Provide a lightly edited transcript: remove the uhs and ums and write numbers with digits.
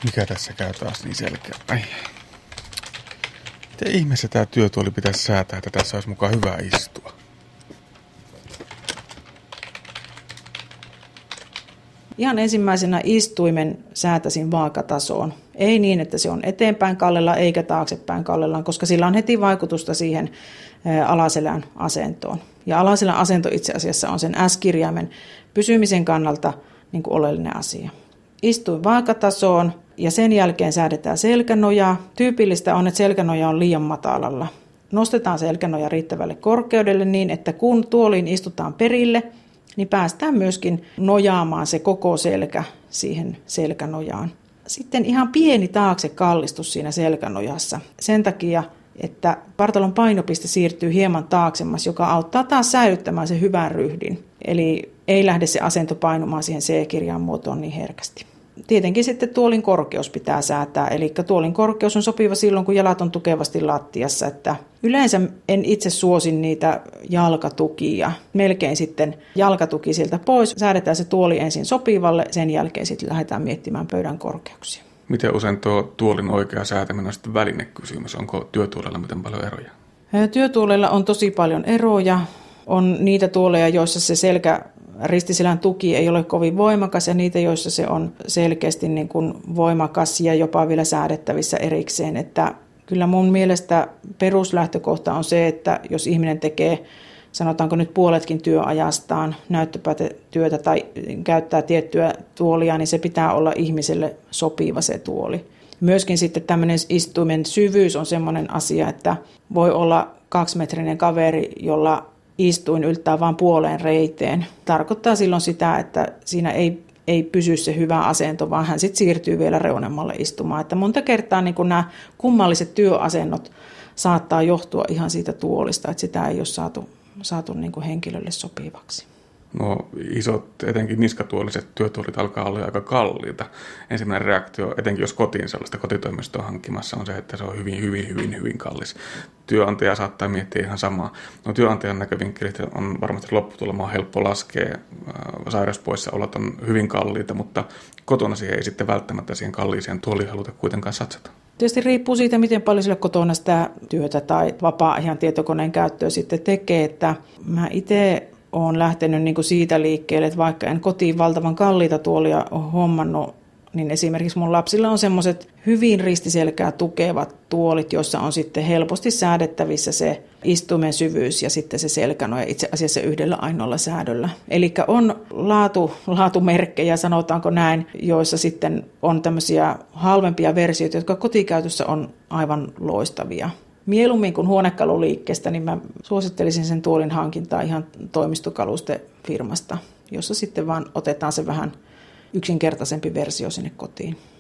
Mikä tässä käy taas niin selkeä? Ai. Miten ihmeessä tää työtuoli pitäisi säätää, että tässä olisi mukaan hyvä istua? Ihan ensimmäisenä istuimen säätäisin vaakatasoon. Ei niin, että se on eteenpäin kallellaan eikä taaksepäin kallellaan, koska sillä on heti vaikutusta siihen alaselän asentoon. Ja alaselän asento itse asiassa on sen S-kirjaimen pysymisen kannalta niin kuin oleellinen asia. Istuin vaakatasoon ja sen jälkeen säädetään selkänojaa. Tyypillistä on, että selkänoja on liian matalalla. Nostetaan selkänoja riittävälle korkeudelle niin, että kun tuoliin istutaan perille, niin päästään myöskin nojaamaan se koko selkä siihen selkänojaan. Sitten ihan pieni taaksekallistus siinä selkänojassa. Sen takia, että vartalon painopiste siirtyy hieman taaksemmas, joka auttaa taas säilyttämään sen hyvän ryhdin. Eli ei lähde se asento painumaan siihen C-kirjan muotoon niin herkästi. Tietenkin sitten tuolin korkeus pitää säätää, eli tuolin korkeus on sopiva silloin, kun jalat on tukevasti lattiassa. Että yleensä en itse suosi niitä jalkatukia, melkein sitten jalkatuki sieltä pois. Säädetään se tuoli ensin sopivalle, sen jälkeen sitten lähdetään miettimään pöydän korkeuksia. Miten usein tuo tuolin oikea säätäminen on sitten välinekysymys? Onko työtuolella miten paljon eroja? Työtuoleilla on tosi paljon eroja. On niitä tuoleja, joissa se ristiselän tuki ei ole kovin voimakas ja niitä, joissa se on selkeästi niin kuin voimakas ja jopa vielä säädettävissä erikseen. Että kyllä mun mielestä peruslähtökohta on se, että jos ihminen tekee, sanotaanko nyt puoletkin työajastaan näyttöpäätetyötä tai käyttää tiettyä tuolia, niin se pitää olla ihmiselle sopiva se tuoli. Myöskin sitten tämmöinen istuimen syvyys on semmoinen asia, että voi olla 2-metrinen kaveri, jolla istuin yltää vain puoleen reiteen. Tarkoittaa silloin sitä, että siinä ei pysy se hyvä asento, vaan hän sitten siirtyy vielä reunemmalle istumaan. Että monta kertaa niin kun nämä kummalliset työasennot saattaa johtua ihan siitä tuolista, että sitä ei ole saatu niin kuin henkilölle sopivaksi. No isot, etenkin niskatuoliset työtuolit alkaa olla aika kalliita. Ensimmäinen reaktio, etenkin jos kotiin sellaista kotitoimistoa hankkimassa, on se, että se on hyvin kallis. Työnantaja saattaa miettiä ihan samaa. No työnantajan näkövinkkelistä on varmasti lopputulema helppo laskea. Sairauspoissaolot on hyvin kalliita, mutta kotona siihen ei sitten välttämättä siihen kalliiseen tuoliin haluta kuitenkaan satsata. Tietysti riippuu siitä, miten paljon sillä kotona sitä työtä tai vapaa-ajan tietokoneen käyttöä sitten tekee. Että mä itse olen lähtenyt niin kuin siitä liikkeelle, että vaikka en kotiin valtavan kalliita tuolia ole hommannut, niin esimerkiksi mun lapsilla on semmoiset hyvin ristiselkää tukevat tuolit, joissa on sitten helposti säädettävissä se istuimen syvyys ja sitten se selkänoja itse asiassa yhdellä ainoalla säädöllä. Eli on laatumerkkejä, sanotaanko näin, joissa sitten on tämmöisiä halvempia versioita, jotka kotikäytössä on aivan loistavia. Mieluummin kuin huonekaluliikkeestä, niin mä suosittelisin sen tuolin hankintaa ihan toimistokalustefirmasta, jossa sitten vaan otetaan se vähän yksinkertaisempi versio sinne kotiin.